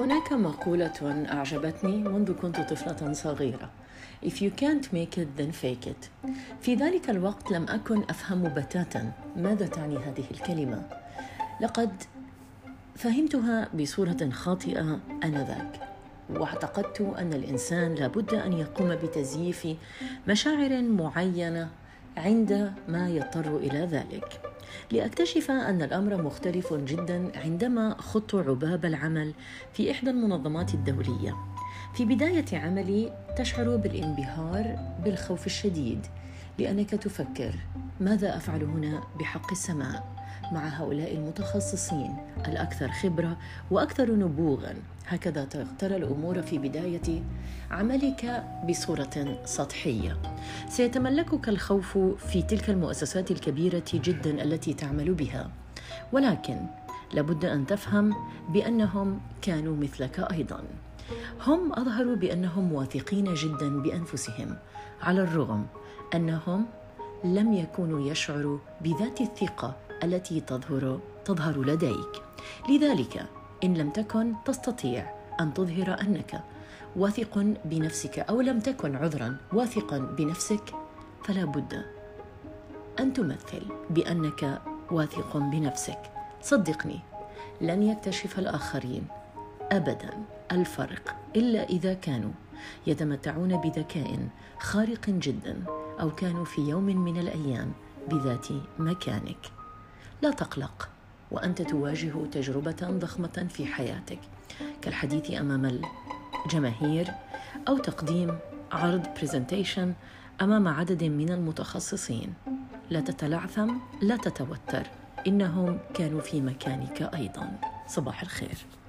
هناك مقولة أعجبتني منذ كنت طفلة صغيرة: If you can't make it then fake it. في ذلك الوقت لم أكن أفهم بتاتا ماذا تعني هذه الكلمة. لقد فهمتها بصورة خاطئة آنذاك، واعتقدت أن الإنسان لابد أن يقوم بتزييف مشاعر معينة عندما يضطر إلى ذلك، لأكتشف أن الأمر مختلف جدا عندما خضت عباب العمل في إحدى المنظمات الدولية. في بداية عملي تشعر بالانبهار بالخوف الشديد، لأنك تفكر: ماذا أفعل هنا بحق السماء مع هؤلاء المتخصصين الأكثر خبرة وأكثر نبوغاً؟ هكذا ترى الأمور في بداية عملك بصورة سطحية. سيتملكك الخوف في تلك المؤسسات الكبيرة جداً التي تعمل بها، ولكن لابد أن تفهم بأنهم كانوا مثلك أيضاً. هم أظهروا بأنهم واثقين جداً بأنفسهم، على الرغم أنهم لم يكونوا يشعروا بذات الثقة التي تظهر لديك. لذلك إن لم تكن تستطيع أن تظهر أنك واثق بنفسك، أو لم تكن واثقا بنفسك، فلا بد أن تمثل بأنك واثق بنفسك. صدقني، لن يكتشف الآخرين أبدا الفرق إلا إذا كانوا يتمتعون بذكاء خارق جدا، أو كانوا في يوم من الأيام بذات مكانك. لا تقلق وأنت تواجه تجربة ضخمة في حياتك، كالحديث أمام الجماهير أو تقديم عرض بريزنتيشن أمام عدد من المتخصصين. لا تتلعثم، لا تتوتر، إنهم كانوا في مكانك أيضا. صباح الخير.